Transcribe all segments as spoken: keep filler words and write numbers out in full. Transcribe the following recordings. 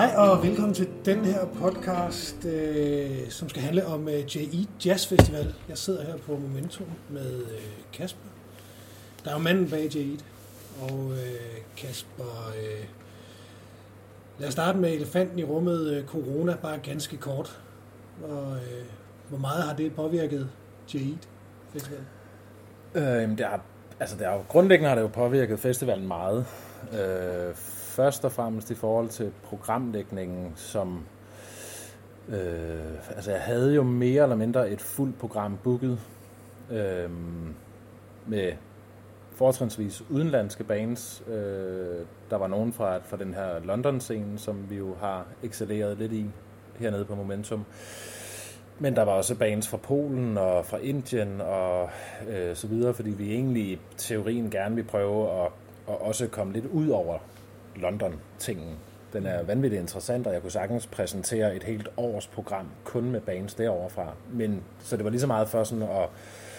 Hej og velkommen til den her podcast, øh, som skal handle om øh, J E Jazz Festival. Jeg sidder her på Momentum med øh, Kasper. Der er jo manden bag J E, og øh, Kasper, øh, lad os starte med elefanten i rummet, øh, corona, bare ganske kort. Og, øh, hvor meget har det påvirket J E Festival? Øh, det har, altså det har jo, grundlæggende har det jo påvirket festivalen meget. Øh, først og fremmest i forhold til programlægningen, som øh, altså jeg havde jo mere eller mindre et fuldt program booket øh, med fortrinsvis udenlandske bands. Øh, der var nogen fra, fra den her London-scene, som vi jo har excelleret lidt i hernede på Momentum. Men der var også bands fra Polen og fra Indien og øh, så videre, fordi vi egentlig i teorien gerne vil prøve at, at også komme lidt ud over London-tingen. Den er vanvittigt interessant, og jeg kunne sagtens præsentere et helt års program kun med bands derovre fra. Men så det var lige så meget for sådan at,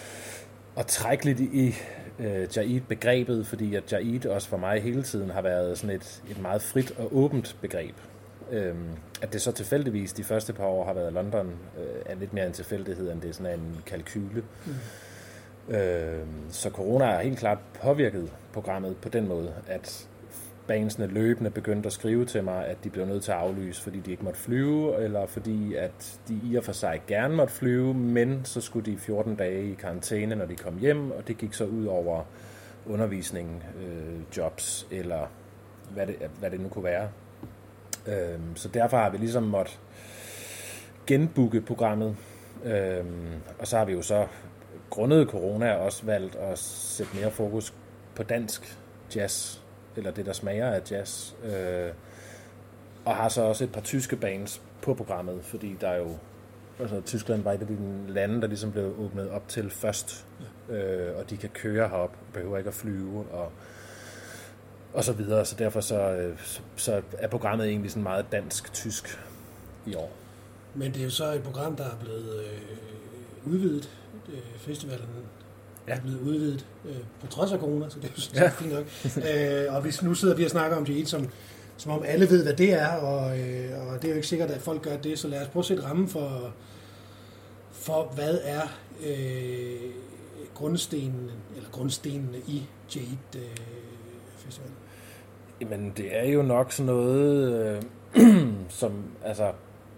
at trække lidt i øh, Jaid-begrebet, fordi at Jaid også for mig hele tiden har været sådan et, et meget frit og åbent begreb. Øhm, at det så tilfældigvis de første par år har været London, øh, er lidt mere en tilfældighed, end det er sådan en kalkyle. Mm. Øhm, så corona har helt klart påvirket programmet på den måde, at bandsene løbende begyndte at skrive til mig, at de blev nødt til at aflyse, fordi de ikke måtte flyve, eller fordi at de i og for sig gerne måtte flyve, men så skulle de fjorten dage i karantæne, når de kom hjem, og det gik så ud over undervisning, øh, jobs, eller hvad det, hvad det nu kunne være. Øhm, så derfor har vi ligesom måttet genbooke programmet, øhm, og så har vi jo så grundet corona også valgt at sætte mere fokus på dansk jazz, eller det der smager af jazz, øh, og har så også et par tyske bands på programmet, fordi der er jo, altså Tyskland var et af de lande, der ligesom blev åbnet op til først, øh, og de kan køre herop, behøver ikke at flyve, og og så videre, så derfor så, så, så er programmet egentlig sådan meget dansk-tysk i år. Men det er jo så et program, der er blevet øh, udvidet. Øh, festivalen ja. er blevet udvidet øh, på trods af corona, så det er jo sådan ja. fint nok. øh, og hvis nu sidder vi og snakker om J E, som, som om alle ved, hvad det er, og, øh, og det er jo ikke sikkert, at folk gør det, så lad os prøve at sætte rammen for, for hvad er øh, grundstenen, eller grundstenene i J E øh, festivalen. Jamen, det er jo nok sådan noget, øh, som, altså,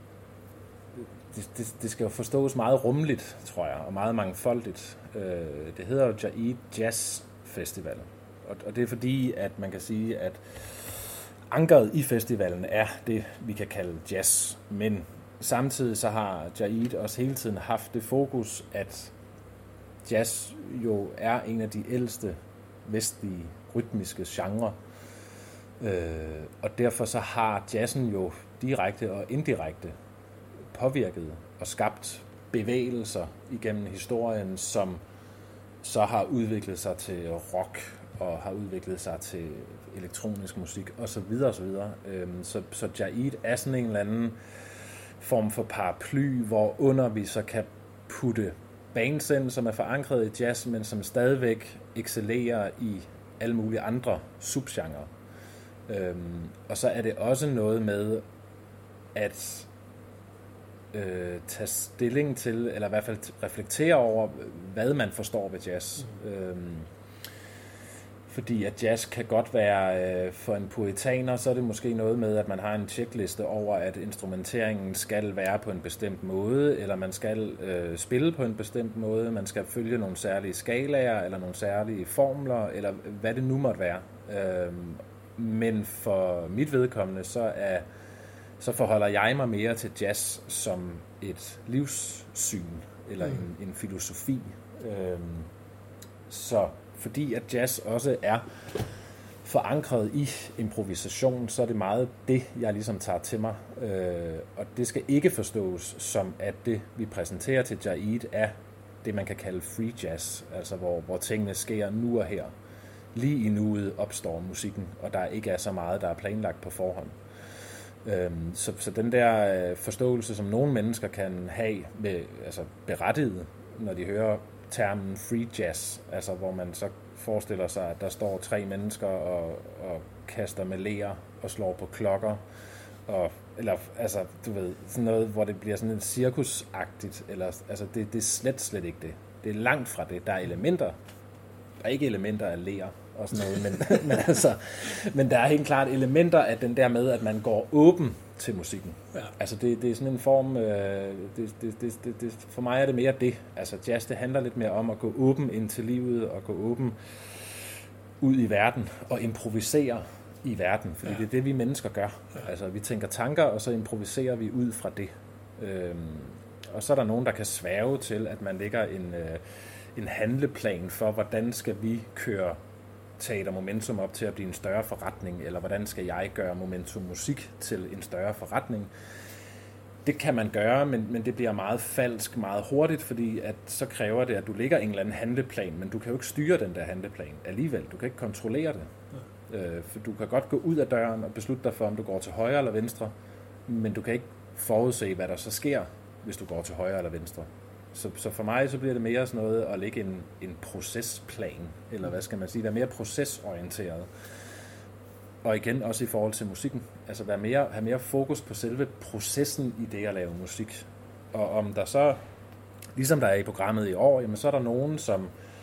det, det, det skal jo forstås meget rummeligt, tror jeg, og meget mangfoldigt. Øh, det hedder jo J E Jazz Festival, og, og det er fordi, at man kan sige, at ankeret i festivalen er det, vi kan kalde jazz, men samtidig så har J E også hele tiden haft det fokus, at jazz jo er en af de ældste vestlige rytmiske genre. Øh, og derfor så har jazzen jo direkte og indirekte påvirket og skabt bevægelser igennem historien, som så har udviklet sig til rock og har udviklet sig til elektronisk musik osv. osv. Øh, så, så Jaid er sådan en eller anden form for paraply, hvor under vi så kan putte bands ind, som er forankret i jazz, men som stadigvæk excellerer i alle mulige andre subgenrer. Øhm, og så er det også noget med at øh, tage stilling til, eller i hvert fald reflektere over, hvad man forstår ved jazz. Mm. Øhm, fordi at jazz kan godt være, øh, for en puritaner, så er det måske noget med, at man har en checkliste over, at instrumenteringen skal være på en bestemt måde, eller man skal øh, spille på en bestemt måde, man skal følge nogle særlige skalaer, eller nogle særlige formler, eller hvad det nu måtte være. Øhm, men for mit vedkommende, så, er, så forholder jeg mig mere til jazz som et livssyn, eller mm. en, en filosofi. Øhm, så fordi at jazz også er forankret i improvisation, så er det meget det, jeg ligesom tager til mig. Øh, og det skal ikke forstås som, at det, vi præsenterer til Jaid, er det, man kan kalde free jazz, altså hvor, hvor tingene sker nu og her. Lige i nuet opstår musikken, og der ikke er så meget, der er planlagt på forhånd. Øhm, så, så den der forståelse, som nogle mennesker kan have med, altså berettiget, når de hører termen free jazz, altså hvor man så forestiller sig, at der står tre mennesker og, og kaster med ler og slår på klokker, og, eller altså, du ved, sådan noget, hvor det bliver sådan en cirkusagtigt, eller, altså, det, det er slet, slet ikke det. Det er langt fra det. Der er elementer, der er ikke elementer af ler og sådan noget, men, men, altså, men der er helt klart elementer af den der med, at man går åben til musikken. Ja. Altså, det, det er sådan en form, øh, det, det, det, det, det, for mig er det mere det. Altså, jazz, det handler lidt mere om at gå åben ind til livet, og gå åben ud i verden, og improvisere i verden, fordi ja. det er det, vi mennesker gør. Ja. Altså, vi tænker tanker, og så improviserer vi ud fra det. Øhm, og så er der nogen, der kan sværge til, at man lægger en, øh, en handleplan for, hvordan skal vi køre Teater Momentum op til at blive en større forretning, eller hvordan skal jeg gøre Momentum Musik til en større forretning. Det kan man gøre, men, men det bliver meget falsk, meget hurtigt, fordi at så kræver det, at du lægger en eller anden handleplan, men du kan jo ikke styre den der handleplan alligevel. Du kan ikke kontrollere det. Ja. Øh, for du kan godt gå ud af døren og beslutte dig for, om du går til højre eller venstre, men du kan ikke forudse, hvad der så sker, hvis du går til højre eller venstre. Så, så for mig så bliver det mere sådan noget at lægge en, en procesplan, eller hvad skal man sige, være mere procesorienteret. Og igen også i forhold til musikken, altså være mere, have mere fokus på selve processen i det at lave musik. Og om der så, ligesom der er i programmet i år, jamen så er der nogen, som,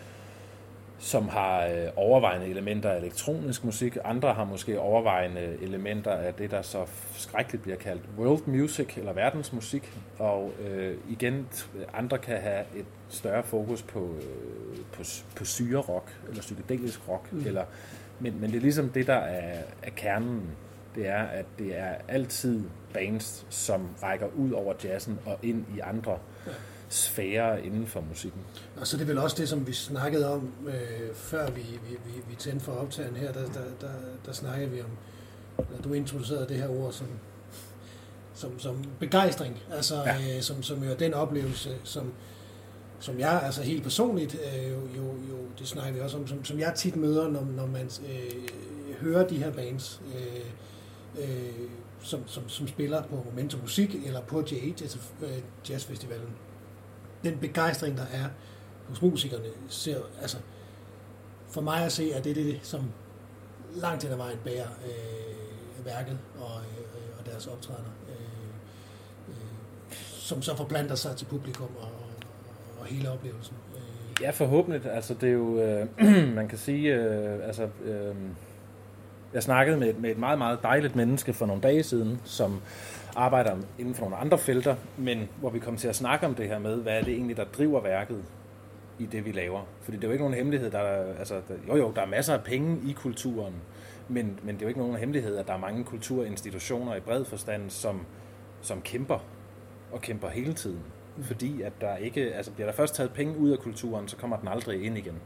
som har øh, overvejende elementer af elektronisk musik, andre har måske overvejende elementer af det, der så skrækkeligt bliver kaldt world music, eller verdensmusik. Og øh, igen, andre kan have et større fokus på, øh, på, på syre-rock, eller psykedelisk rock, mm. eller Men, men det er ligesom det, der er, er kernen. Det er, at det er altid bands, som rækker ud over jazzen og ind i andre ja. sfærer inden for musikken. Og så det er vel også det, som vi snakkede om, øh, før vi, vi, vi, vi tændte for optagen her, der, der, der, der snakkede vi om, at du introducerede det her ord som, som, som begejstring, altså ja. øh, som, som jo er den oplevelse, som som jeg, altså helt personligt, øh, jo, jo, jo, det snakker vi også om, som, som jeg tit møder, når, når man øh, hører de her bands, øh, øh, som, som, som spiller på Momentum Musik, eller på J otte, altså øh, Jazzfestivalen. Den begejstring, der er hos musikerne, ser, altså, for mig at se, at det er det, som langt hen ad vejen bærer øh, værket og, øh, og deres optrædener, øh, øh, som så forplanter sig til publikum og og hele oplevelsen. Ja, forhåbentlig. Altså, det er jo, øh, man kan sige, øh, altså, øh, jeg snakkede med, med et meget, meget dejligt menneske for nogle dage siden, som arbejder inden for nogle andre felter, men hvor vi kom til at snakke om det her med, hvad er det egentlig, der driver værket i det, vi laver. Fordi det er jo ikke nogen hemmelighed, der er, altså, der, jo jo, der er masser af penge i kulturen, men, men det er jo ikke nogen hemmelighed, at der er mange kulturinstitutioner i bred forstand, som, som kæmper, og kæmper hele tiden. Fordi at der ikke, altså bliver der først taget penge ud af kulturen, så kommer den aldrig ind igen.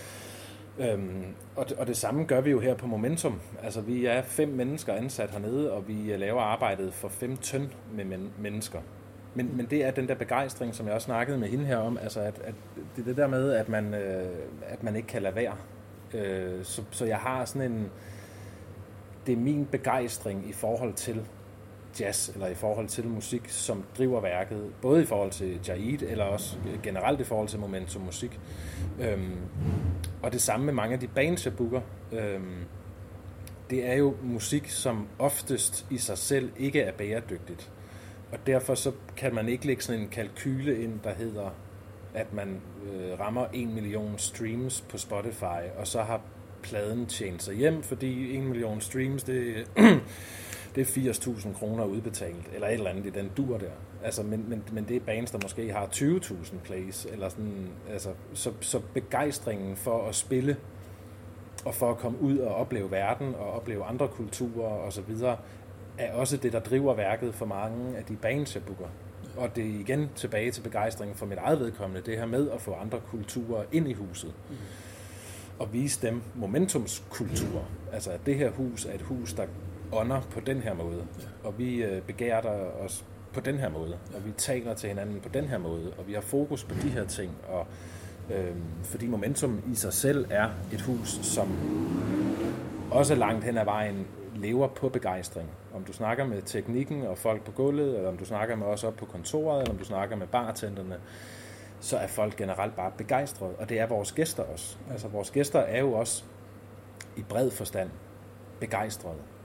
Øhm, og, det, og det samme gør vi jo her på Momentum. Altså vi er fem mennesker ansat hernede, og vi laver arbejdet for fem tøn med men, mennesker. Men, men det er den der begejstring, som jeg også snakkede med hende her om, altså at, at det er det der med, at man, øh, at man ikke kan lade være. Øh, så, så jeg har sådan en, det er min begejstring i forhold til jazz, eller i forhold til musik, som driver værket, både i forhold til Jaid, eller også generelt i forhold til Momentum Musik. Øhm, og det samme med mange af de bands, jeg booker. Øhm, det er jo musik, som oftest i sig selv ikke er bæredygtigt. Og derfor så kan man ikke lægge sådan en kalkyle ind, der hedder, at man øh, rammer en million streams på Spotify, og så har pladen tjent sig hjem, fordi en million streams, det det er firs tusind kroner udbetalt, eller et eller andet i den dur der. Altså, men, men, men det er bands, der måske har tyve tusind plays, eller sådan, altså, så, så begejstringen for at spille, og for at komme ud og opleve verden, og opleve andre kulturer og så videre, er også det, der driver værket for mange af de bands, jeg booker. Og det er igen tilbage til begejstringen for mit eget vedkommende, det her med at få andre kulturer ind i huset. Mm. Og vise dem momentumskultur. Altså, at det her hus er et hus, der ånder på den her måde, ja. Og vi øh, begærter os på den her måde, og vi taler til hinanden på den her måde, og vi har fokus på de her ting, og øh, fordi Momentum i sig selv er et hus, som også langt hen ad vejen lever på begejstring. Om du snakker med teknikken og folk på gulvet, eller om du snakker med os op på kontoret, eller om du snakker med bartenderne, så er folk generelt bare begejstrede, og det er vores gæster også. Altså vores gæster er jo også i bred forstand begejstrede.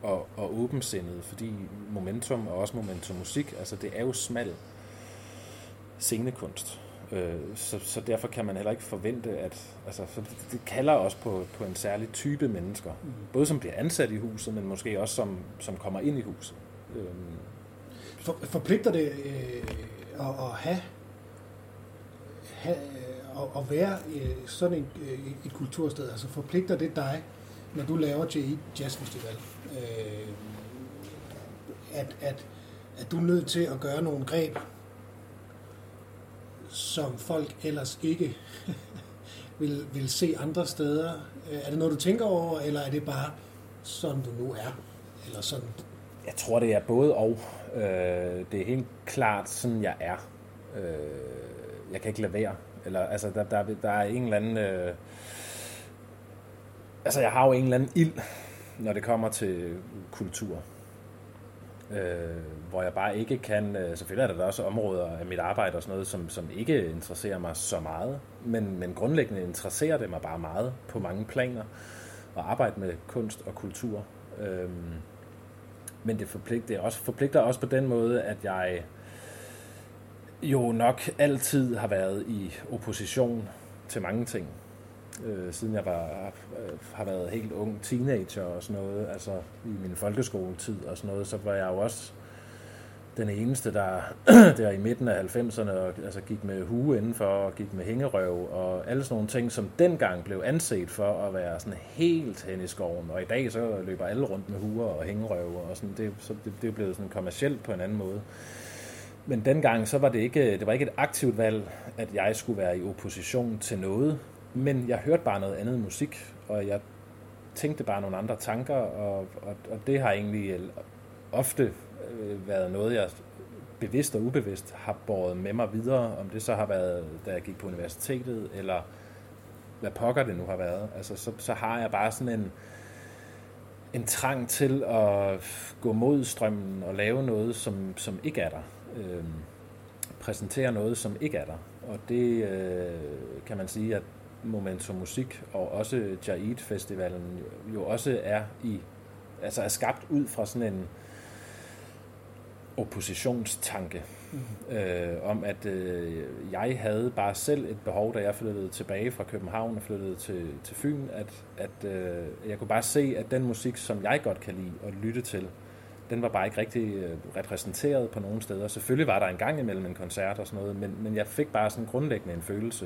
og, og åbensindet, fordi Momentum og også Momentum Musik, altså det er jo smal scenekunst. Øh, så, så derfor kan man heller ikke forvente, at altså, så det, det kalder også på, på en særlig type mennesker. Mm. Både som bliver ansat i huset, men måske også som, som kommer ind i huset. Øh. For, forpligter det øh, at, at have, have at, at være øh, sådan en, øh, et kultursted? Altså forpligter det dig, når du laver J E Jazz Festival, øh, at, at, at du er nødt til at gøre nogle greb, som folk ellers ikke vil, vil se andre steder? Er det noget, du tænker over, eller er det bare sådan, du nu er? Eller sådan? Jeg tror, det er både og. Øh, det er helt klart sådan, jeg er. Øh, jeg kan ikke lade være. Eller, altså, der, der, der er en eller anden... Øh, altså, jeg har jo en eller anden ild, når det kommer til kultur. Øh, hvor jeg bare ikke kan... Øh, selvfølgelig er der også områder af mit arbejde og sådan noget, som, som ikke interesserer mig så meget. Men, men grundlæggende interesserer det mig bare meget på mange planer at arbejde med kunst og kultur. Øh, men det forpligter, også, forpligter også på den måde, at jeg jo nok altid har været i opposition til mange ting. Øh, siden jeg var, har været helt ung teenager og sådan noget, altså i min folkeskoletid og sådan noget, så var jeg jo også den eneste, der der i midten af halvfemserne altså gik med hue indenfor og gik med hængerøv og alle sådan nogle ting, som dengang blev anset for at være sådan helt hen i skoven. Og i dag så løber alle rundt med huer og hængerøv og sådan. Det, så det, det er blevet sådan kommercielt på en anden måde. Men dengang så var det ikke, det var ikke et aktivt valg, at jeg skulle være i opposition til noget. Men jeg hørte bare noget andet musik, og jeg tænkte bare nogle andre tanker, og, og, og det har egentlig ofte øh, været noget, jeg bevidst og ubevidst har båret med mig videre, om det så har været, da jeg gik på universitetet, eller hvad pokker det nu har været. Altså, så, så har jeg bare sådan en, en trang til at gå mod strømmen og lave noget, som, som ikke er der. Øh, præsentere noget, som ikke er der. Og det øh, kan man sige, at Momentum Musik og også Jaid Festivalen jo også er i, altså er skabt ud fra sådan en oppositionstanke mm. øh, om at øh, jeg havde bare selv et behov, da jeg flyttede tilbage fra København og flyttede til, til Fyn, at, at øh, jeg kunne bare se, at den musik, som jeg godt kan lide at lytte til, den var bare ikke rigtig øh, repræsenteret på nogen steder. Selvfølgelig var der en gang imellem en koncert og sådan noget, men, men jeg fik bare sådan grundlæggende en følelse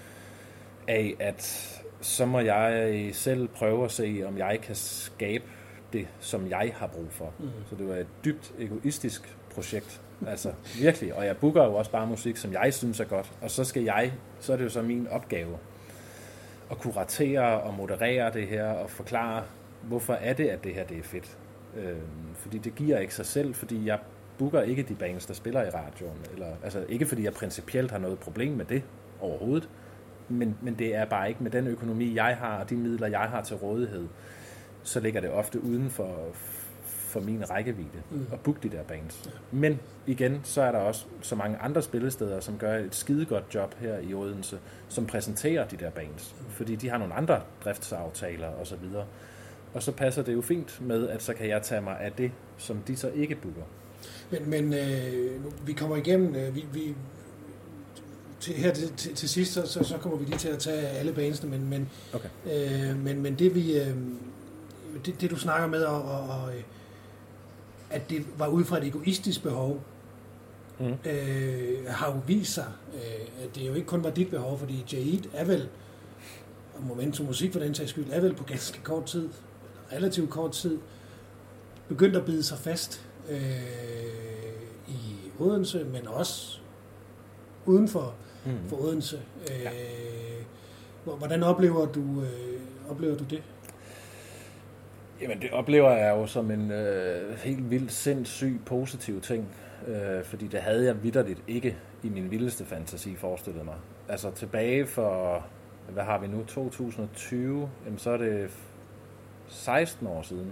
af, at så må jeg selv prøve at se, om jeg kan skabe det, som jeg har brug for. Mm. Så det var et dybt egoistisk projekt. Altså virkelig. Og jeg booker jo også bare musik, som jeg synes er godt. Og så skal jeg, så er det jo så min opgave at kuratere og moderere det her og forklare, hvorfor er det, at det her det er fedt. Øhm, fordi det giver ikke sig selv, fordi jeg booker ikke de bands, der spiller i radioen. Eller, altså ikke fordi jeg principielt har noget problem med det overhovedet. Men, men det er bare ikke med den økonomi, jeg har, og de midler, jeg har til rådighed, så ligger det ofte uden for, for min rækkevidde mm. at booke de der bands. Ja. Men igen, så er der også så mange andre spillesteder, som gør et skidegodt job her i Odense, som præsenterer de der bands, mm. fordi de har nogle andre driftsaftaler og så videre. Og så passer det jo fint med, at så kan jeg tage mig af det, som de så ikke booker. Men, men øh, vi kommer igennem, øh, vi... vi Til, her til, til, til sidst, så, så, så kommer vi lige til at tage alle bandsene, men, men, okay. øh, men, men det, vi, øh, det, det du snakker med, og, og, og, at det var ud fra et egoistisk behov, mm. øh, har jo vist sig, øh, at det jo ikke kun var dit behov, fordi Jaid er vel, og Momentum Musik for den sags skyld, er vel på ganske kort tid, relativt kort tid, begyndt at bide sig fast øh, i Odense, men også uden for, mm. for Odense. Øh, ja. Hvordan oplever du, øh, oplever du det? Jamen, det oplever jeg jo som en øh, helt vildt sindssyg positiv ting, øh, fordi det havde jeg vitterligt ikke i min vildeste fantasi forestillet mig. Altså tilbage for, hvad har vi nu, to tusind og tyve, jamen, så er det seksten år siden,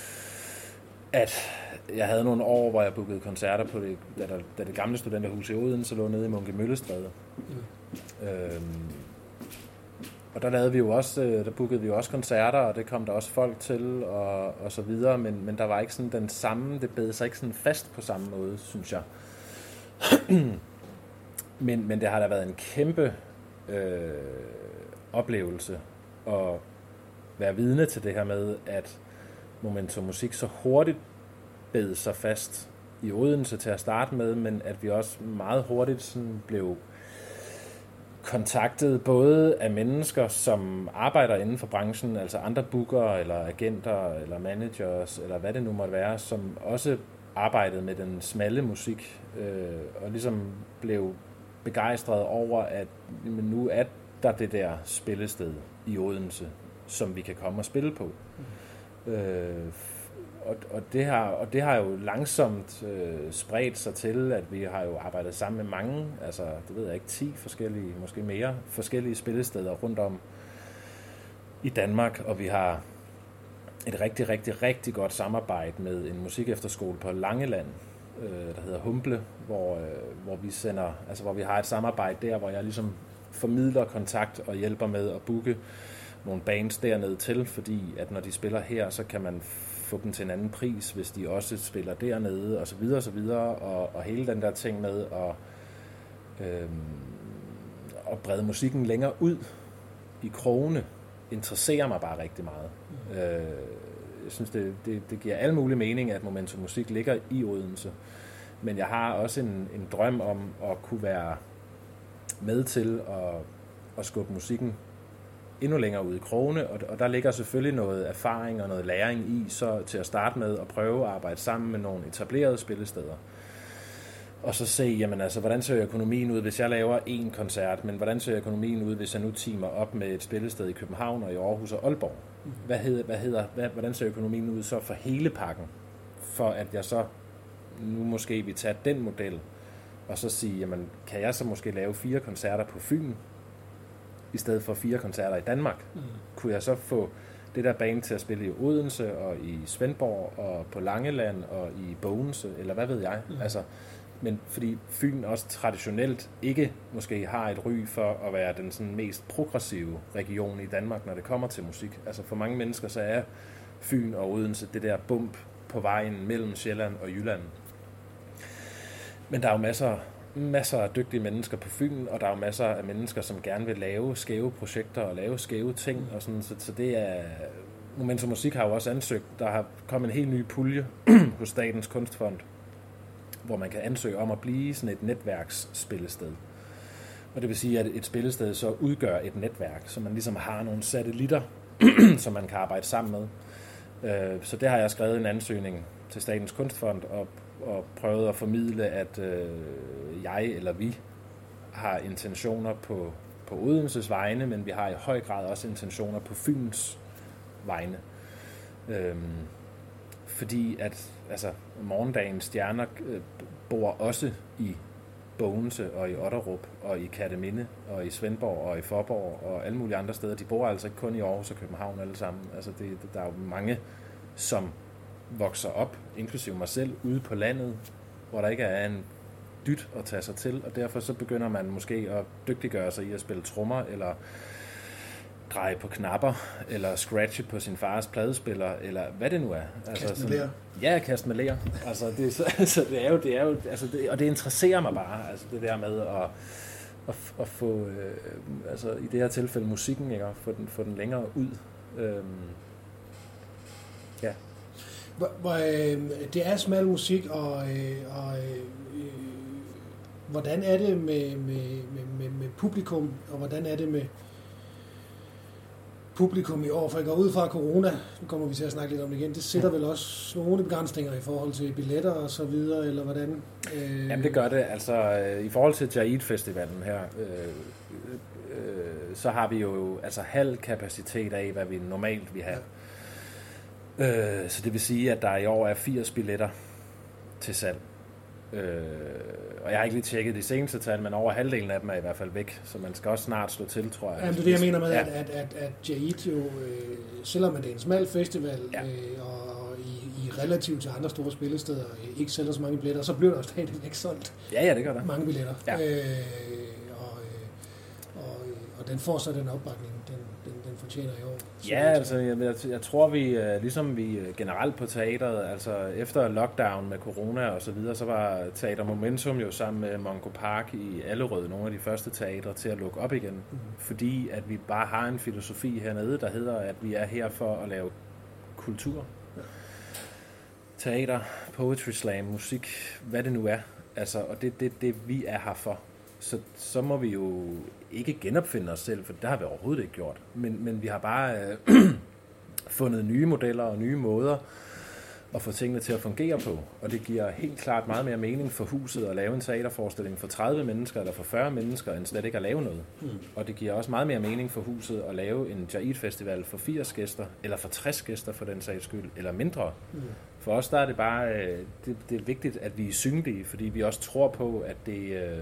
at jeg havde nogle år, hvor jeg bookede koncerter på det, da, der, da det gamle studenterhus i Odense lå nede i Munke Møllestræde. Mm. Øhm, og der lavede vi jo også, der bookede vi jo også koncerter, og det kom der også folk til, og, og så videre, men, men der var ikke sådan den samme, det bed sig ikke sådan fast på samme måde, synes jeg. men, men det har da været en kæmpe øh, oplevelse at være vidne til det her med, at Momentum Musik så hurtigt bed sig fast i Odense til at starte med, men at vi også meget hurtigt sådan blev kontaktet både af mennesker, som arbejder inden for branchen, altså andre bookere, eller agenter, eller managers, eller hvad det nu måtte være, som også arbejdede med den smalle musik, øh, og ligesom blev begejstret over, at men nu er der det der spillested i Odense, som vi kan komme og spille på. Mm. Øh, og, og, det har, og det har jo langsomt øh, spredt sig til, at vi har jo arbejdet sammen med mange, altså det ved jeg ikke, ti forskellige, måske mere, forskellige spillesteder rundt om i Danmark, og vi har et rigtig, rigtig, rigtig godt samarbejde med en musikefterskole på Langeland, øh, der hedder Humble, hvor, øh, hvor vi sender, altså hvor vi har et samarbejde der, hvor jeg ligesom formidler kontakt og hjælper med at booke nogle bands dernede til, fordi at når de spiller her, så kan man få dem til en anden pris, hvis de også spiller dernede, og så videre, og så videre, og, og hele den der ting med at, øh, at brede musikken længere ud i krogene, interesserer mig bare rigtig meget. Mm. Øh, jeg synes, det, det, det giver alle mulige mening, at Momentum Musik ligger i Odense, men jeg har også en, en drøm om at kunne være med til at, at skubbe musikken endnu længere ud i krogene, og, og der ligger selvfølgelig noget erfaring og noget læring i, så til at starte med at prøve at arbejde sammen med nogle etablerede spillesteder. Og så se, jamen altså, hvordan ser økonomien ud, hvis jeg laver én koncert, men hvordan ser økonomien ud, hvis jeg nu teamer op med et spillested i København og i Aarhus og Aalborg? Hvad hedder, hvad hedder, hvad, hvordan ser økonomien ud så for hele pakken? For at jeg så nu måske vil tage den model, og så sige, jamen, kan jeg så måske lave fire koncerter på Fyn, i stedet for fire koncerter i Danmark? Mm. Kunne jeg så få det der band til at spille i Odense og i Svendborg og på Langeland og i Bogense, eller hvad ved jeg? Mm. Altså, men fordi Fyn også traditionelt ikke måske har et ry for at være den sådan mest progressive region i Danmark, når det kommer til musik. Altså for mange mennesker, så er Fyn og Odense det der bump på vejen mellem Sjælland og Jylland. Men der er jo masser, masser af dygtige mennesker på Fyn, og der er jo masser af mennesker, som gerne vil lave skæve projekter og lave skæve ting. Og sådan, så, så det er... Momentum Musik har jo også ansøgt. Der har kommet en helt ny pulje hos Statens Kunstfond, hvor man kan ansøge om at blive sådan et netværksspillested. Og det vil sige, at et spillested så udgør et netværk, så man ligesom har nogle satellitter, som man kan arbejde sammen med. Så det har jeg skrevet en ansøgning til Statens Kunstfond og, og prøvet at formidle, at øh, jeg eller vi har intentioner på, på Odenses vegne, men vi har i høj grad også intentioner på Fyns vegne. Øhm, fordi at altså, morgendagens stjerner øh, bor også i Bogense og i Otterup og i Kerteminde og i Svendborg og i Faaborg og alle mulige andre steder. De bor altså ikke kun i Aarhus og København alle sammen. Altså det, der er jo mange, som vokser op, inklusive mig selv, ude på landet, hvor der ikke er en dyt at tage sig til, og derfor så begynder man måske at dygtiggøre sig i at spille trommer, eller dreje på knapper, eller scratche på sin fars pladespiller, eller hvad det nu er. Altså, kast med lær. Ja, kast med lær. Altså, det, så, altså, det er jo, det er jo, altså, det, og det interesserer mig bare, altså det der med at, at, at få, øh, altså i det her tilfælde musikken, ikke, få den, få den længere ud. Øhm, ja. Hvor, hvor, øh, det er smal musik, og, øh, og øh, hvordan er det med, med, med, med publikum, og hvordan er det med publikum i år? For jeg går ud fra corona, nu kommer vi til at snakke lidt om det igen, det sætter vel også nogle begrænsninger i forhold til billetter og så videre, eller hvordan? Øh... Jamen det gør det, altså i forhold til Jaid-festivalen her, øh, øh, så har vi jo altså halv kapacitet af, hvad vi normalt vil have. Ja. Øh, så det vil sige, at der i år er firs billetter til salg. Øh, og jeg har ikke lige tjekket de seneste tal, men over halvdelen af dem er i hvert fald væk, så man skal også snart slå til, tror jeg. Jamen, det er det, jeg mener med, ja. at, at, at, at Jaid jo, øh, selvom det er en smal festival, ja. øh, og i, i relativt til andre store spillesteder, øh, ikke sælger så mange billetter, så bliver der jo stadig ikke solgt ja, ja, det gør der. mange billetter. Ja. Øh, og, øh, og, og den får så den opbakning, den fortjener i år. Ja, altså jeg, jeg, jeg tror vi, ligesom vi generelt på teateret, altså efter lockdown med corona og så videre, så var Teater Momentum jo sammen med Mongo Park i Allerød nogle af de første teatre til at lukke op igen. Mm. Fordi at vi bare har en filosofi hernede, der hedder, at vi er her for at lave kultur. Ja. Teater, poetry slam, musik, hvad det nu er. Altså, og det er det, det, vi er her for. Så, så må vi jo ikke genopfinde os selv, for det har vi overhovedet ikke gjort. Men, men vi har bare øh, fundet nye modeller og nye måder at få tingene til at fungere på. Og det giver helt klart meget mere mening for huset at lave en teaterforestilling for tredive mennesker eller for fyrre mennesker, end slet ikke at lave noget. Mm. Og det giver også meget mere mening for huset at lave en Jahid Festival for firs gæster, eller for tres gæster for den sags skyld, eller mindre. Mm. For os der er det bare øh, det, det er vigtigt, at vi er synlige, fordi vi også tror på, at det... Øh,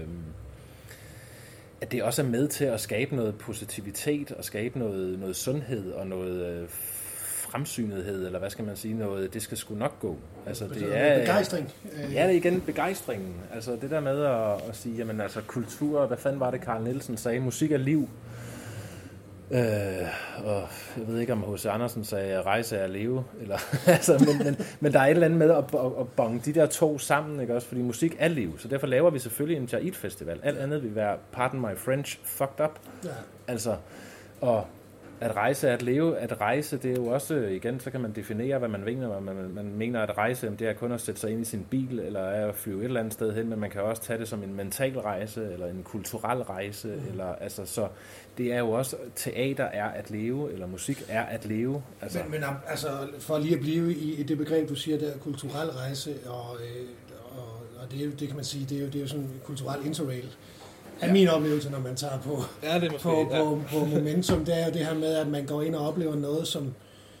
at det også er med til at skabe noget positivitet og skabe noget, noget sundhed og noget øh, fremsynethed, eller hvad skal man sige, noget, det skal sgu nok gå. Altså, det er begejstring. Ja, det er igen begejstringen. Altså det der med at, at sige, jamen altså kultur, hvad fanden var det Carl Nielsen sagde, musik er liv. Øh, og jeg ved ikke om H C Andersen sagde rejse er at leve eller, altså, men, men, men der er et eller andet med at, at, at bonge de der to sammen, ikke også, fordi musik er liv, så derfor laver vi selvfølgelig en Jahid Festival. Alt andet vil være, pardon my French, fucked up. Ja. Altså, og at rejse er at leve, at rejse, det er jo også, igen, så kan man definere, hvad man mener. Man, man, man mener, at rejse, det er kun at sætte sig ind i sin bil, eller er at flyve et eller andet sted hen, men man kan også tage det som en mental rejse, eller en kulturel rejse, mm. eller, altså, så det er jo også, teater er at leve, eller musik er at leve. Altså. Men, men altså, for lige at blive i det begreb, du siger, der kulturel rejse, og, og, og det, er jo, det kan man sige, det er jo, det er jo sådan en kulturel interrail. Er min oplevelse, når man tager på, ja, det måske, på, ja. på, på momentum, det er jo det her med, at man går ind og oplever noget, som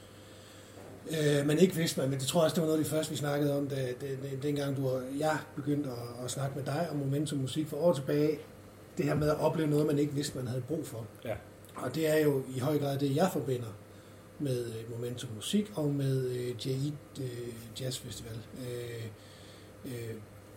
øh, man ikke vidste, men det tror jeg også, det var noget af det første, vi snakkede om, det, det, det, dengang du og jeg begyndte at, at snakke med dig om momentum musik for år tilbage. Det her med at opleve noget, man ikke vidste, man havde brug for. Ja. Og det er jo i høj grad det, jeg forbinder med momentum musik og med øh, Jahid øh, Jazz Festival. Øh, øh,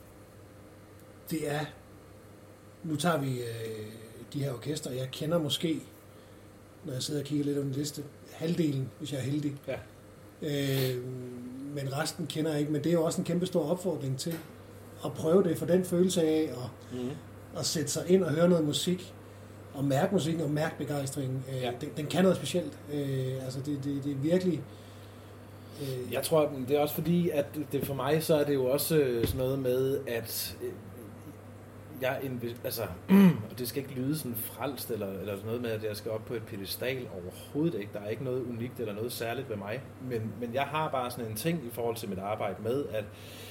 det er Nu tager vi øh, de her orkester. Jeg kender måske, når jeg sidder og kigger lidt på en liste, halvdelen, hvis jeg er heldig. Ja. Øh, men resten kender jeg ikke. Men det er jo også en kæmpe stor opfordring til at prøve det, for den følelse af at, mm. at sætte sig ind og høre noget musik, og mærke musikken og mærke begejstringen. Øh, ja. den, den kan noget specielt. Øh, altså det, det, det er virkelig... Øh, jeg tror, det er også fordi, at det for mig, så er det jo også sådan noget med, at... Jeg inv- altså, og det skal ikke lyde sådan frelst eller, eller sådan noget med, at jeg skal op på et pedestal, overhovedet ikke. Der er ikke noget unikt eller noget særligt ved mig. Men, men jeg har bare sådan en ting i forhold til mit arbejde med, at,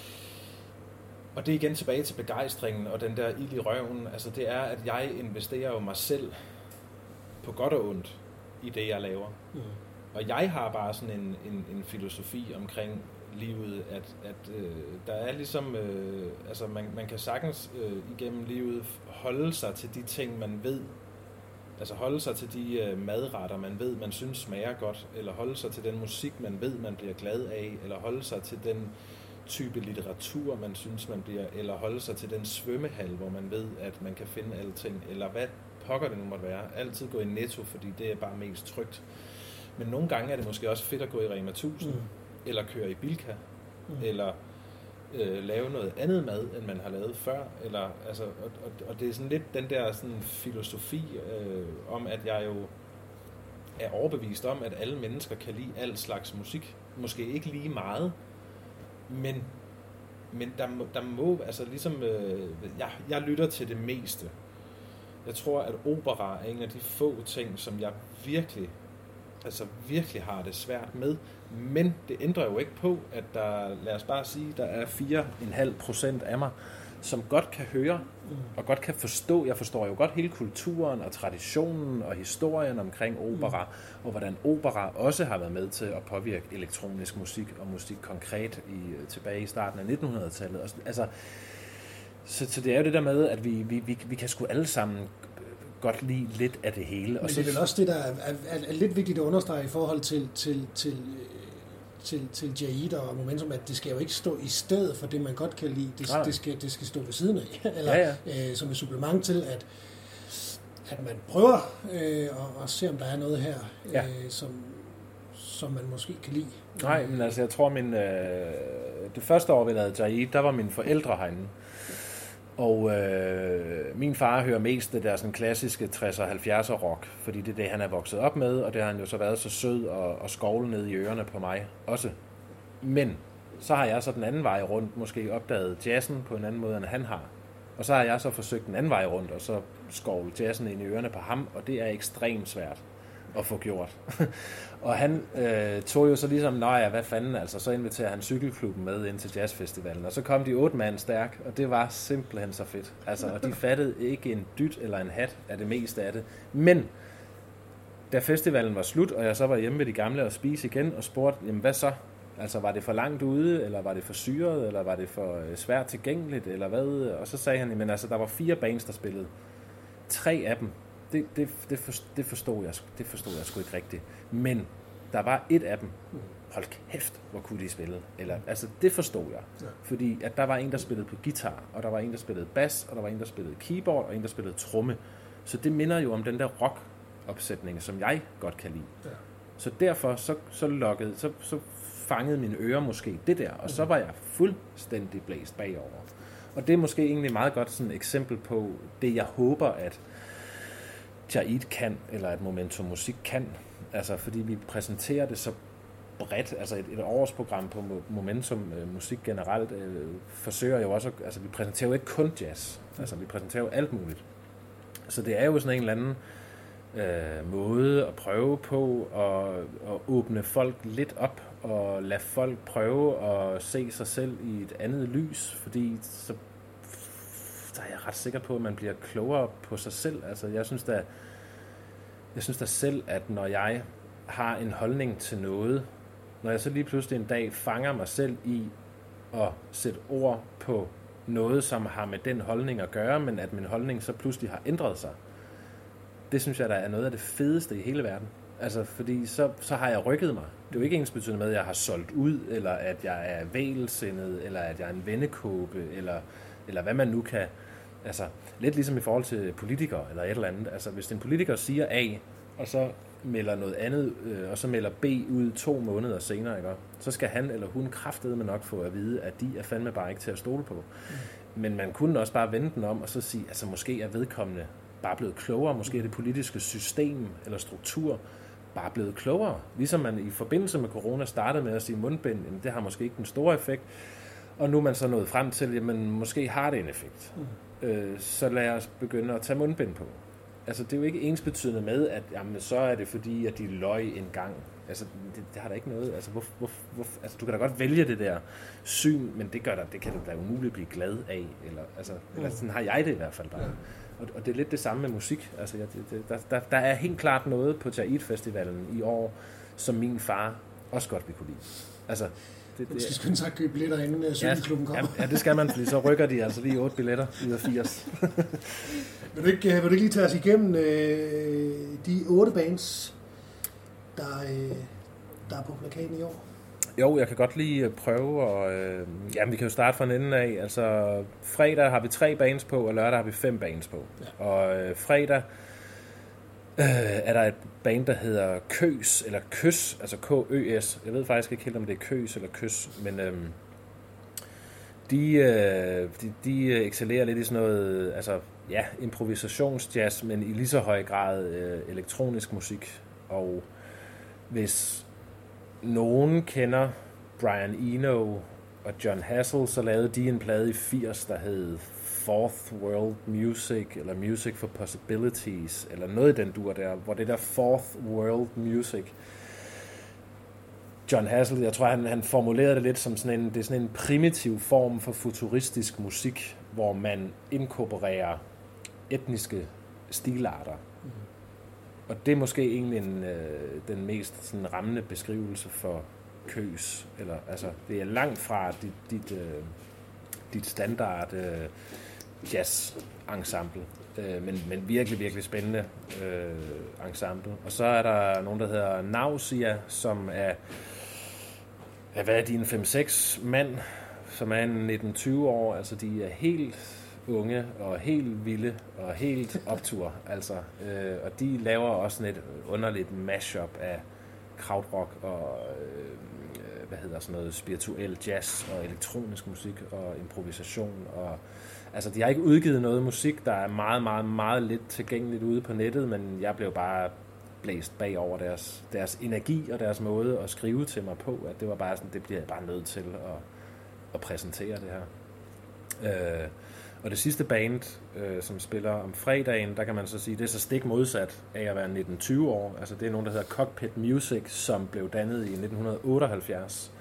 og det er igen tilbage til begejstringen og den der ild i røven, altså det er, at jeg investerer jo mig selv på godt og ondt i det, jeg laver. Mm. Og jeg har bare sådan en, en, en filosofi omkring livet, at, at øh, der er ligesom, øh, altså man, man kan sagtens øh, igennem livet holde sig til de ting, man ved, altså holde sig til de øh, madretter, man ved, man synes smager godt, eller holde sig til den musik, man ved, man bliver glad af, eller holde sig til den type litteratur, man synes, man bliver, eller holde sig til den svømmehal, hvor man ved, at man kan finde alting, eller hvad pokker det nu måtte være. Altid gå i Netto, fordi det er bare mest trygt. Men nogle gange er det måske også fedt at gå i Rema tusind, mm. eller køre i Bilka, mm. eller øh, lave noget andet mad, end man har lavet før. Eller, altså, og, og, og det er sådan lidt den der sådan, filosofi øh, om, at jeg jo er overbevist om, at alle mennesker kan lide al slags musik. Måske ikke lige meget, men, men der, må, der må, altså ligesom, øh, jeg, jeg lytter til det meste. Jeg tror, at opera er en af de få ting, som jeg virkelig altså virkelig har det svært med, men det ændrer jo ikke på, at der, lad os bare sige, der er fire komma fem procent af mig, som godt kan høre, og godt kan forstå, jeg forstår jo godt hele kulturen og traditionen og historien omkring opera, mm. og hvordan opera også har været med til at påvirke elektronisk musik og musik konkret i, tilbage i starten af nittenhundredetallet. Altså, så, så det er jo det der med, at vi, vi, vi, vi kan sgu alle sammen godt lide lidt af det hele. Men og det så, er vel også det, der er, er, er lidt vigtigt at understrege i forhold til, til, til, til, til Jahid og Momentum, at det skal jo ikke stå i stedet for det, man godt kan lide. Det, det, skal, det skal stå ved siden af. Eller ja, ja. Øh, som et supplement til, at, at man prøver øh, at, at se, om der er noget her, ja. øh, som, som man måske kan lide. Nej, men altså, jeg tror, min, øh, det første år, vi lavede Jaid, der var mine forældre herinde. Og øh, min far hører mest det der sådan klassiske tresser og halvfjerdser rock, fordi det er det, han er vokset op med, og det har han jo så været så sød og, og skovle ned i ørerne på mig også. Men så har jeg så den anden vej rundt måske opdaget jazzen på en anden måde, end han har. Og så har jeg så forsøgt den anden vej rundt, og så skovle jazzen ind i ørerne på ham, og det er ekstremt svært at få gjort. Og han øh, tog jo så ligesom, nej, ja, hvad fanden, altså, så inviterer han cykelklubben med ind til jazzfestivalen, og så kom de otte mand stærk, og det var simpelthen så fedt. Altså, og de fattede ikke en dyt eller en hat af det meste af det. Men da festivalen var slut, og jeg så var hjemme ved de gamle og spise igen, og spurgte, jamen hvad så? Altså, var det for langt ude, eller var det for syret, eller var det for svært tilgængeligt, eller hvad? Og så sagde han, men altså, der var fire bands, der spillede. Tre af dem, det, det, det, for, det, forstod jeg, det forstod jeg sgu ikke rigtigt. Men der var et af dem, hold kæft, hvor kunne de spille. Eller, altså, det forstod jeg. Ja. Fordi at der var en, der spillede på guitar, og der var en, der spillede bass, og der var en, der spillede keyboard, og en, der spillede tromme. Så det minder jo om den der rock-opsætning, som jeg godt kan lide. Ja. Så derfor så, så, lukkede, så, så fangede mine ører måske det der, og så var jeg fuldstændig blæst bagover. Og det er måske egentlig meget godt sådan et eksempel på det, jeg håber, at Jaid kan, eller at Momentum Musik kan. Altså, fordi vi præsenterer det så bredt, altså et, et årsprogram på Momentum øh, Musik generelt, øh, forsøger jo også, altså vi præsenterer jo ikke kun jazz, altså vi præsenterer jo alt muligt. Så det er jo sådan en eller anden øh, måde at prøve på at, at åbne folk lidt op, og lade folk prøve at se sig selv i et andet lys, fordi så, så er jeg ret sikker på, at man bliver klogere på sig selv. Altså jeg synes da, jeg synes da selv, at når jeg har en holdning til noget, når jeg så lige pludselig en dag fanger mig selv i at sætte ord på noget, som har med den holdning at gøre, men at min holdning så pludselig har ændret sig, det synes jeg, der er noget af det fedeste i hele verden. Altså, fordi så, så har jeg rykket mig. Det er jo ikke ensbetydende med, at jeg har solgt ud, eller at jeg er vægelsindet, eller at jeg er en vennekåbe, eller, eller hvad man nu kan. Altså, lidt ligesom i forhold til politikere, eller et eller andet. Altså, hvis en politiker siger A, og så melder noget andet, øh, og så melder B ud to måneder senere, ikke? Så skal han eller hun kraftedeme nok få at vide, at de er fandme bare ikke til at stole på. Mm. Men man kunne også bare vende den om, og så sige, altså måske er vedkommende bare blevet klogere, måske er det politiske system eller struktur bare blevet klogere. Ligesom man i forbindelse med corona startede med at sige mundbind, jamen det har måske ikke den store effekt, og nu er man så nået frem til, jamen måske har det en effekt. Mm. Øh, så lad os begynde at tage mundbind på. Altså det er jo ikke ensbetydende med, at jamen, så er det fordi, at de løg en gang. Altså det, det har da ikke noget. Altså, hvor, hvor, hvor, altså du kan da godt vælge det der syn, men det gør der, det kan du da umuligt blive glad af. Eller, altså, mm. eller sådan har jeg det i hvert fald bare. Ja. Og, og det er lidt det samme med musik. Altså, ja, det, det, der, der, der er helt klart noget på Jaid Festivalen i år, som min far også godt vil kunne lide. Altså, det, det, du skal skynde sig at købe billetter, inden cykelklubben kommer. Ja, ja, det skal man, fordi så rykker de altså lige otte billetter ud af firs. Vil du ikke, vil du ikke lige tage os igennem øh, de otte bands, der, øh, der er på plakaten i år? Jo, jeg kan godt lige prøve, og øh, jamen, vi kan jo starte fra en ende af. Altså, fredag har vi tre bands på, og lørdag har vi fem bands på. Ja. Og øh, fredag øh, er der et band, der hedder Køs, eller Kys, altså K Ø S. Jeg ved faktisk ikke helt, om det er Køs eller Kys, men øh, de, øh, de, de excellerer lidt i sådan noget, altså ja, improvisationsjazz, men i lige så høj grad øh, elektronisk musik. Og hvis nogen kender Brian Eno og John Hassel, så lavede de en plade i firs, der hed Fourth World Music, eller Music for Possibilities, eller noget i den dur der, hvor det der Fourth World Music, John Hassel, jeg tror, han, han formulerede det lidt som sådan en, det er sådan en primitiv form for futuristisk musik, hvor man inkorporerer etniske stilarter. Mm. Og det er måske egentlig en, øh, den mest sådan, rammende beskrivelse for Køs. Eller, altså, det er langt fra dit, dit, øh, dit standard øh, jazz-ensemble, øh, men, men virkelig, virkelig spændende øh, ensemble. Og så er der nogen, der hedder Nausea, som er, ja, hvad er de, en fem seks mand, som er en nitten tyve år. Altså, de er helt unge og helt vilde og helt optur. Altså, øh, og de laver også sådan et underligt mashup af krautrock og øh, hvad hedder sådan noget spirituel jazz og elektronisk musik og improvisation. Og, altså, de har ikke udgivet noget musik, der er meget, meget, meget lidt tilgængeligt ude på nettet, men jeg blev bare blæst bag over deres, deres energi og deres måde at skrive til mig på, at det var bare sådan, det bliver jeg bare nødt til at, at præsentere det her. Øh, og det sidste band, øh, som spiller om fredagen, der kan man så sige, det er så stik modsat af at være nitten tyve år. Altså det er nogen, der hedder Cockpit Music, som blev dannet i nitten otteoghalvfjerds.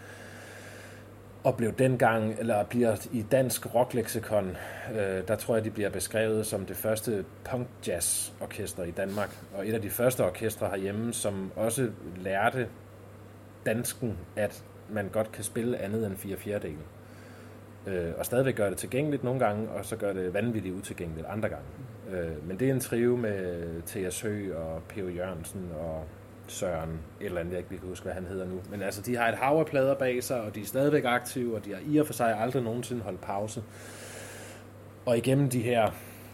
Og blev dengang, eller bliver i dansk rockleksikon, øh, der tror jeg, de bliver beskrevet som det første punk-jazz-orkester i Danmark. Og et af de første orkestre herhjemme, som også lærte dansken, at man godt kan spille andet end fire fjerdedele. Øh, og stadigvæk gør det tilgængeligt nogle gange, og så gør det vanvittigt utilgængeligt andre gange. Øh, men det er en trio med T S Høgh og P O Jørgensen og Søren, et eller andet, jeg ikke kan huske, hvad han hedder nu. Men altså, de har et hav af plader bag sig, og de er stadigvæk aktive, og de har i og for sig aldrig nogensinde holdt pause. Og igennem de her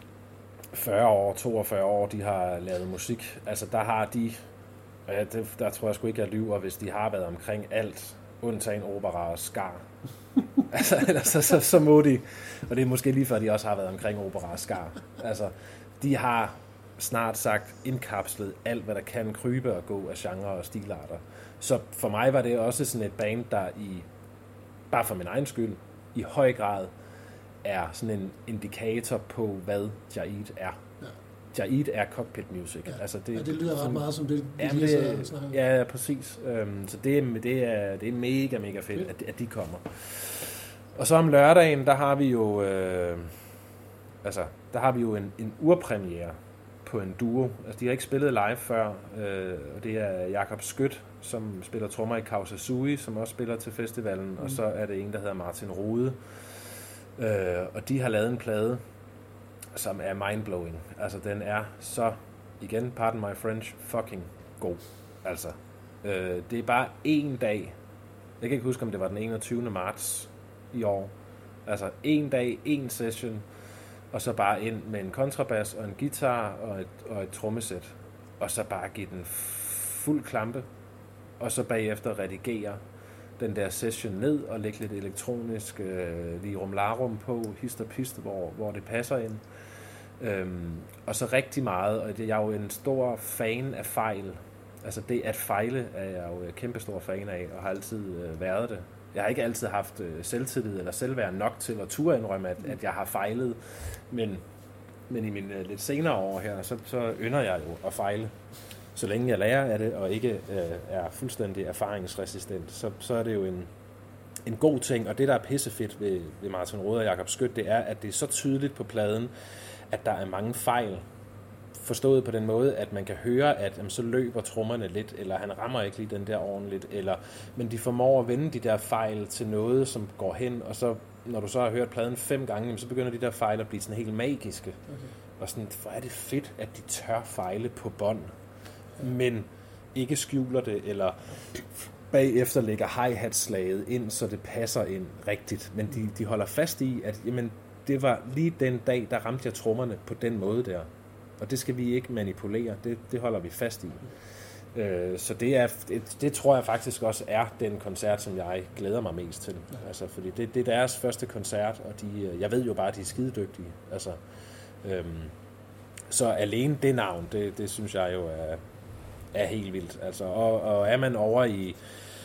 fyrre år, toogfyrre år, de har lavet musik, altså der har de, og ja, det, der tror jeg sgu ikke, jeg lyver, hvis de har været omkring alt, undtagen opera og skar. altså, ellers, så, så, så må de, og det er måske lige før, de også har været omkring opera og skar. Altså, de har snart sagt indkapslet alt, hvad der kan krybe og gå af genre og stilarter. Så for mig var det også sådan et band, der i, bare for min egen skyld, i høj grad er sådan en indikator på, hvad Jahid er. Ja. Jahid er cockpit music. Ja. Altså det, ja, det lyder ret meget som det, ja, de det, snakker. Ja, præcis. Um, så det, det, er, det er mega, mega fedt, at, at de kommer. Og så om lørdagen, der har vi jo, øh, altså, der har vi jo en, en urpremiere på en duo. Altså, de har ikke spillet live før, øh, og det er Jakob Skødt, som spiller trommer i Causa Sui, som også spiller til festivalen, mm. og så er det en, der hedder Martin Rode. Øh, og de har lavet en plade, som er mindblowing. Altså, den er så, igen, pardon my French, fucking god. Altså, øh, det er bare en dag. Jeg kan ikke huske, om det var den enogtyvende marts i år. Altså, en dag, en session, og så bare ind med en kontrabas og en guitar og et, og et trommesæt, og så bare give den fuld klampe, og så bagefter redigere den der session ned og lægge lidt elektronisk øh, lirum larum på, hist og pist, hvor, hvor det passer ind. Øhm, og så rigtig meget, og jeg er jo en stor fan af fejl. Altså det at fejle er jeg jo kæmpe stor fan af, og har altid øh, været det. Jeg har ikke altid haft øh, selvtillid eller selvværd nok til at turde indrømme, at, at jeg har fejlet, men, men i mine øh, lidt senere år her, så, så ynder jeg jo at fejle. Så længe jeg lærer af det, og ikke øh, er fuldstændig erfaringsresistent, så, så er det jo en, en god ting. Og det, der er pissefedt ved, ved Martin Rode og Jakob Skødt, det er, at det er så tydeligt på pladen, at der er mange fejl. Forstået på den måde, at man kan høre, at jamen, så løber trommerne lidt, eller han rammer ikke lige den der ordentligt, eller, men de formår at vende de der fejl til noget, som går hen, og så, når du så har hørt pladen fem gange, jamen, så begynder de der fejl at blive sådan helt magiske. Okay. Og sådan, hvor er det fedt, at de tør fejle på bånd, ja. Men ikke skjuler det, eller bagefter lægger hi-hat-slaget ind, så det passer ind rigtigt. Men de, de holder fast i, at jamen, det var lige den dag, der ramte jeg trommerne på den måde der. Og det skal vi ikke manipulere, det, det holder vi fast i. Øh, så det, er, det, det tror jeg faktisk også er den koncert, som jeg glæder mig mest til. Altså, fordi det, det er deres første koncert, og de, jeg ved jo bare, at de er skidedygtige. Altså, øhm, så alene det navn, det, det synes jeg jo er, er helt vildt. Altså, og, og er man over i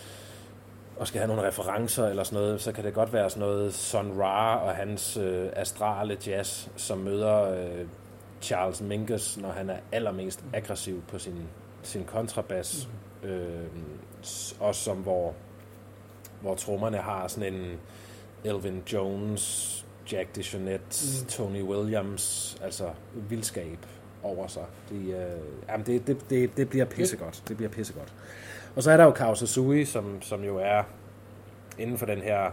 og skal have nogle referencer eller sådan noget, så kan det godt være sådan noget Sun Ra og hans øh, astrale jazz, som møder øh, Charles Mingus, når han er allermest aggressiv på sin, sin kontrabas, mm. øh, også som hvor, hvor trommerne har sådan en Elvin Jones, Jack DeJohnette, mm. Tony Williams, altså vildskab over sig. De, øh, jamen det, det, det, det bliver pissegodt. Det bliver pissegodt. Og så er der jo Causa Sui, som, som jo er inden for den her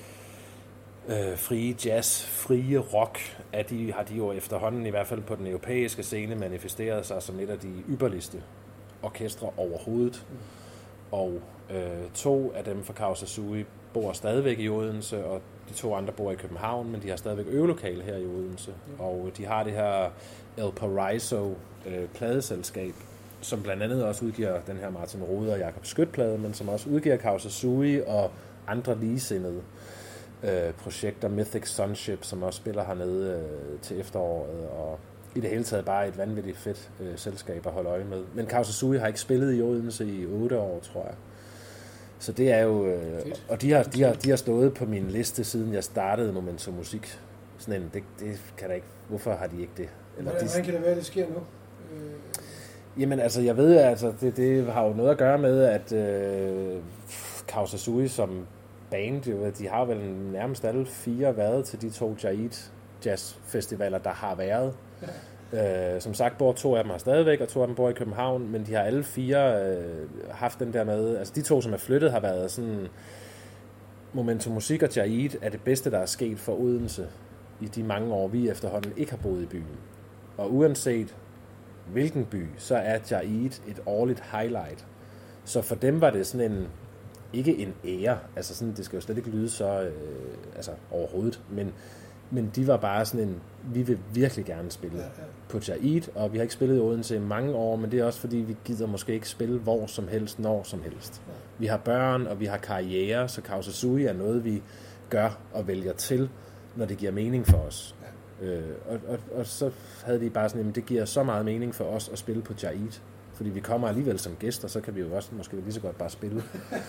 øh, frie jazz, frie rock, at de har de jo efterhånden, i hvert fald på den europæiske scene, manifesteret sig som et af de ypperligste orkestre overhovedet. og øh, to af dem fra Kausasui bor stadigvæk i Odense, og de to andre bor i København, men de har stadigvæk øvelokale her i Odense. Ja. Og de har det her El Paraiso øh, pladeselskab, som blandt andet også udgiver den her Martin Rode og Jakob Skødt-plade, men som også udgiver Kausasui og andre ligesindede øh, projekter. Mythic Sunship, som også spiller hernede øh, til efteråret, og i det hele taget bare et vanvittigt fedt øh, selskab at holde øje med. Men Kausasui har ikke spillet i Odense i otte år, tror jeg. Så det er jo... Øh, og de har, de, har, de har stået på min liste, siden jeg startede Momentum Musik. Sådan en, det, det kan da ikke... Hvorfor har de ikke det? Eller hvordan de, kan det være, det sker nu? Øh... Jamen altså, jeg ved, altså, det, det har jo noget at gøre med, at øh, Kausasui som band, jo, de har vel nærmest alle fire været til de to Jaid Jazz Festivaler, der har været. Ja. Øh, som sagt bor to af dem her stadigvæk, og to af dem bor i København, men de har alle fire øh, haft den der med, altså de to, som er flyttet, har været sådan, Momentum Musik og Jaid er det bedste, der er sket for Odense i de mange år, vi efterhånden ikke har boet i byen. Og uanset hvilken by, så er Jaid et årligt highlight. Så for dem var det sådan en, ikke en ære, altså sådan, det skal jo slet ikke lyde så øh, altså overhovedet, men Men de var bare sådan en, vi vil virkelig gerne spille ja, ja. på Jaid, og vi har ikke spillet i Odense i mange år, men det er også fordi, vi gider måske ikke spille hvor som helst, når som helst. Ja. Vi har børn, og vi har karriere, så Kausasui er noget, vi gør og vælger til, når det giver mening for os. Ja. Øh, og, og, og så havde de bare sådan, at det giver så meget mening for os at spille på Jaid, fordi vi kommer alligevel som gæster, så kan vi jo også måske lige så godt bare spille.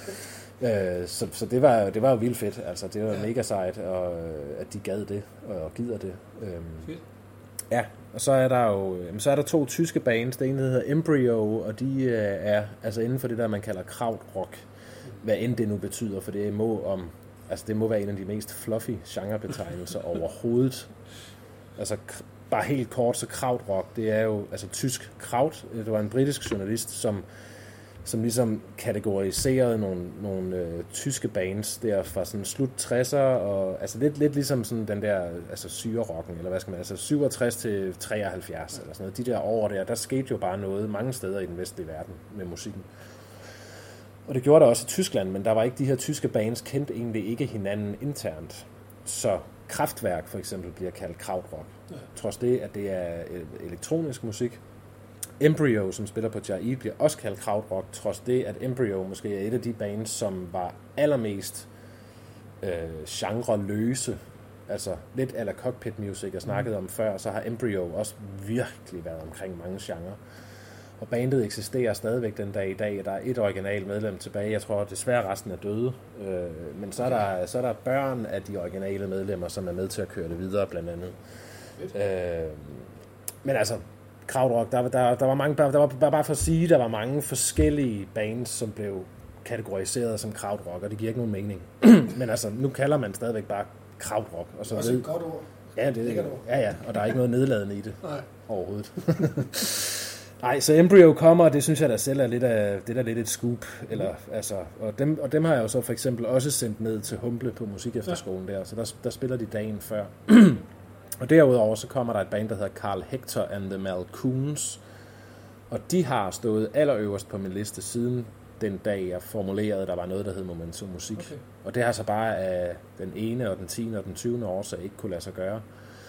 øh, så så det, var, det var jo vildt fedt. Altså, det var ja. mega sejt, og, at de gad det og gider det. Øhm, fedt. Ja, og så er der jo så er der to tyske bands. Det ene hedder Embryo, og de øh, er altså inden for det der, man kalder krautrock. Hvad end det nu betyder, for det må, om, altså, det må være en af de mest fluffy genrebetegnelser overhovedet. Altså bare helt kort, så krautrock, det er jo altså tysk kraut. Det var en britisk journalist, som, som ligesom kategoriserede nogle, nogle øh, tyske bands der fra sådan slut tressere, og altså lidt, lidt ligesom sådan den der altså syrerocken, eller hvad skal man, altså syvogtres til treoghalvfjerds, eller sådan noget. De der år der, der skete jo bare noget mange steder i den vestlige verden med musikken. Og det gjorde der også i Tyskland, men der var ikke de her tyske bands, kendte egentlig ikke hinanden internt. Så Kraftwerk for eksempel bliver kaldt krautrock. Ja. Trods det, at det er elektronisk musik. Embryo, som spiller på Jaid, bliver også kaldt krautrock, trods det, at Embryo måske er et af de bands, som var allermest øh, genreløse. Altså lidt a la cockpit music, jeg snakkede mm. om før, så har Embryo også virkelig været omkring mange genrer. Og bandet eksisterer stadigvæk den dag i dag. Der er et originalt medlem tilbage. Jeg tror desværre resten er døde. Øh, men så er, der, så er der børn af de originale medlemmer, som er med til at køre det videre, blandt andet. Øh, men altså, krautrock, der, der, der var mange, der, der var bare for at sige, der var mange forskellige bands, som blev kategoriseret som krautrock, og det giver ikke nogen mening. Men altså, nu kalder man stadigvæk bare krautrock. Og så det er også ved, et godt ord. Ja, det, ja, ja, og der er ikke noget nedladende i det. Nej. Overhovedet. Nej, så Embryo kommer, og det synes jeg da selv er lidt af, det er lidt et scoop, eller altså, og dem og dem har jeg jo så for eksempel også sendt ned til Humble på Musikefterskolen der, så der, der spiller de dagen før. Og derudover så kommer der et band, der hedder Carl Hector and the Malcoons, og de har stået allerøverst på min liste siden den dag, jeg formulerede, der var noget, der hed Momentum Musik. Okay. Og det har så bare af den ene og den tiende og den tyvende år, så ikke kunne lade sig gøre.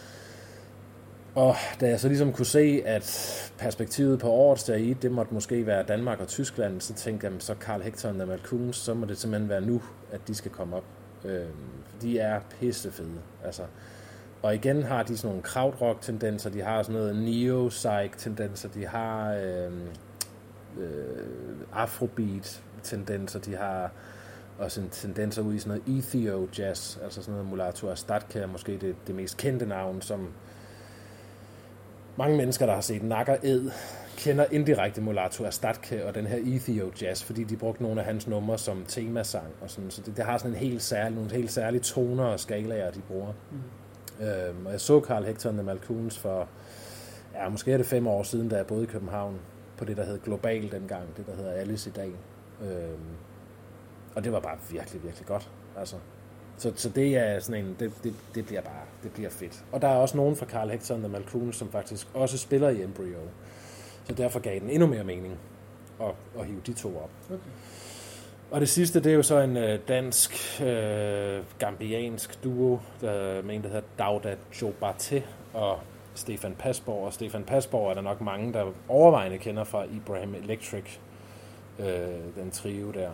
Og da jeg så ligesom kunne se, at perspektivet på årets Jaid, det måtte måske være Danmark og Tyskland, så tænkte jeg, så Carl Hector and the Malcoons, så må det simpelthen være nu, at de skal komme op. Øh, de er pissefede, altså. Og igen har de sådan nogle krautrock-tendenser, de har sådan noget neo-psych-tendenser, de har øh, øh, afrobeat-tendenser, de har også en tendenser ud i sådan noget ethio-jazz, altså sådan noget Mulatu Astatke, måske det, det mest kendte navn, som mange mennesker, der har set Nakker Ed, kender indirekte Mulatu Astatke og den her ethio-jazz, fordi de brugte nogle af hans numre som temasang, og sådan, så det, det har sådan en helt særlig, nogle helt særlige toner og skalaer, de bruger. Mm. Øhm, og jeg så Carl Hector and the Malcoons for, ja, måske er det fem år siden, da jeg boede i København, på det, der hed Global dengang, det, der hedder Alice i dag. Øhm, og det var bare virkelig, virkelig godt, altså. Så, så det er sådan en, det, det, det bliver bare, det bliver fedt. Og der er også nogen fra Carl Hector and the Malcoons, som faktisk også spiller i Embryo. Så derfor gav den endnu mere mening at, at hive de to op. Okay. Og det sidste, det er jo så en øh, dansk, øh, gambiansk duo, der, med en, der hedder Dauda Jobaté og Stefan Pasborg. Og Stefan Pasborg er der nok mange, der overvejende kender fra Ibrahim Electric, øh, den trio der.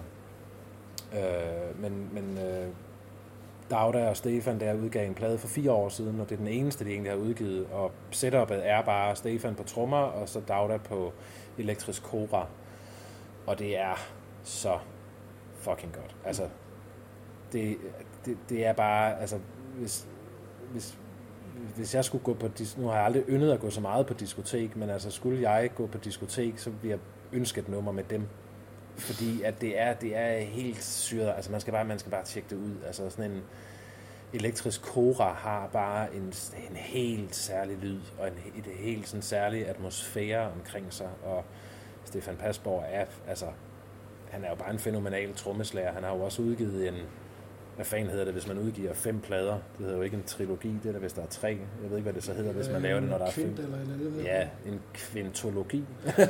Øh, men men øh, Dauda og Stefan der udgav en plade for fire år siden, og det er den eneste, de egentlig har udgivet. Og setupet er bare Stefan på trommer, og så Dauda på elektrisk kora. Og det er så fucking godt. Altså, det, det, det er bare, altså, hvis, hvis, hvis jeg skulle gå på, nu har jeg aldrig yndet at gå så meget på diskotek, men altså, skulle jeg gå på diskotek, så ville jeg ønske et nummer med dem. Fordi at det er, det er helt syret, altså man skal bare, man skal bare tjekke det ud. Altså sådan en elektrisk kora har bare en, en helt særlig lyd, og en et helt sådan særlig atmosfære omkring sig, og Stefan Pasborg er, altså, han er jo bare en fænomenal trommeslager. Han har jo også udgivet en, hvad fanden hedder det, hvis man udgiver fem plader? Det hedder jo ikke en trilogi, det er der, hvis der er tre. Jeg ved ikke, hvad det så hedder, hvis man laver det, når der er fem. Eller eller ja, en kvintologi.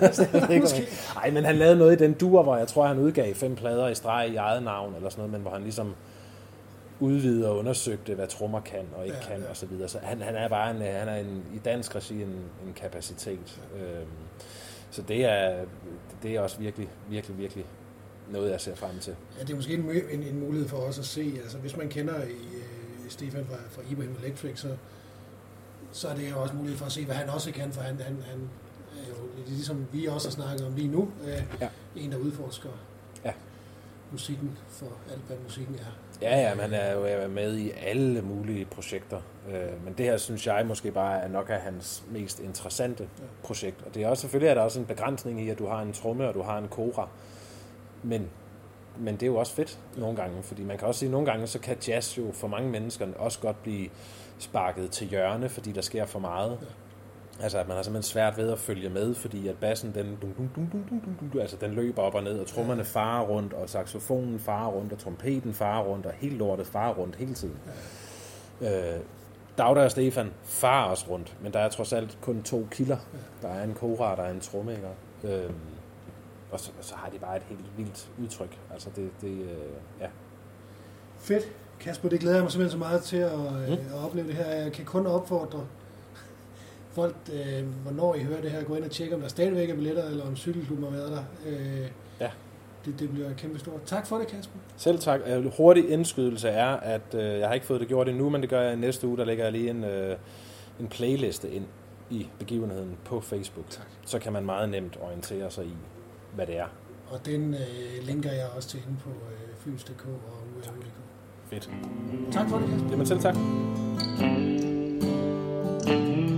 Nej, men han lavede noget i den dur, hvor jeg tror, han udgav fem plader i streg i eget navn, eller sådan noget, men hvor han ligesom udvidede og undersøgte, hvad trommer kan og ikke ja, kan, ja. Og så videre. Så han, han er bare en, han er en, i dansk regi en, en kapacitet. Øhm, så det er, det er også virkelig, virkelig, virkelig noget, jeg ser frem til. Ja, det er måske en, en, en mulighed for os at se. Altså, hvis man kender i, uh, Stefan fra, fra Ibrahim Electric, så, så er det jo også mulighed for at se, hvad han også kan, for han, han, han er jo ligesom vi også har snakket om lige nu, uh, ja. En, der udforsker ja. musikken for alt, hvad musikken er. Ja, ja, man er jo med i alle mulige projekter, uh, men det her synes jeg måske bare er nok af hans mest interessante ja. projekt. Og det er også, selvfølgelig er der også en begrænsning i, at du har en tromme, og du har en kora. Men, men det er jo også fedt nogle gange, fordi man kan også sige, at nogle gange så kan jazz jo for mange mennesker også godt blive sparket til hjørne, fordi der sker for meget. Ja. Altså at man har simpelthen svært ved at følge med, fordi at bassen den, dum, dum, dum, dum, dum, dum, altså den løber op og ned, og trommerne farer rundt, og saxofonen farer rundt, og trompeten farer rundt, og helt lortet farer rundt hele tiden. Ja. Øh, Dauda og Stefan farer også rundt, men der er trods alt kun to kilder. Ja. Der er en kora, der er en tromme, ikke? Øh, Og så, så har de bare et helt vildt udtryk. Altså det, det øh, ja. Fedt. Kasper, det glæder jeg mig simpelthen så meget til at, mm. øh, at opleve det her. Jeg kan kun opfordre folk, øh, hvornår I hører det her, gå ind og tjekke, om der stadigvæk er billetter, eller om cykelklubben har været der. Øh, ja. Det, det bliver kæmpe stort. Tak for det, Kasper. Selv tak. Hurtig indskydelse er, at øh, jeg har ikke fået det gjort endnu, men det gør jeg næste uge. Der lægger jeg lige en, øh, en playliste ind i begivenheden på Facebook. Tak. Så kan man meget nemt orientere sig i, hvad det er. Og den øh, linker jeg også til hende på øh, fyns punktum d k og u r punktum d k. Fedt. Tak for det, Kasper. Jamen selv tak.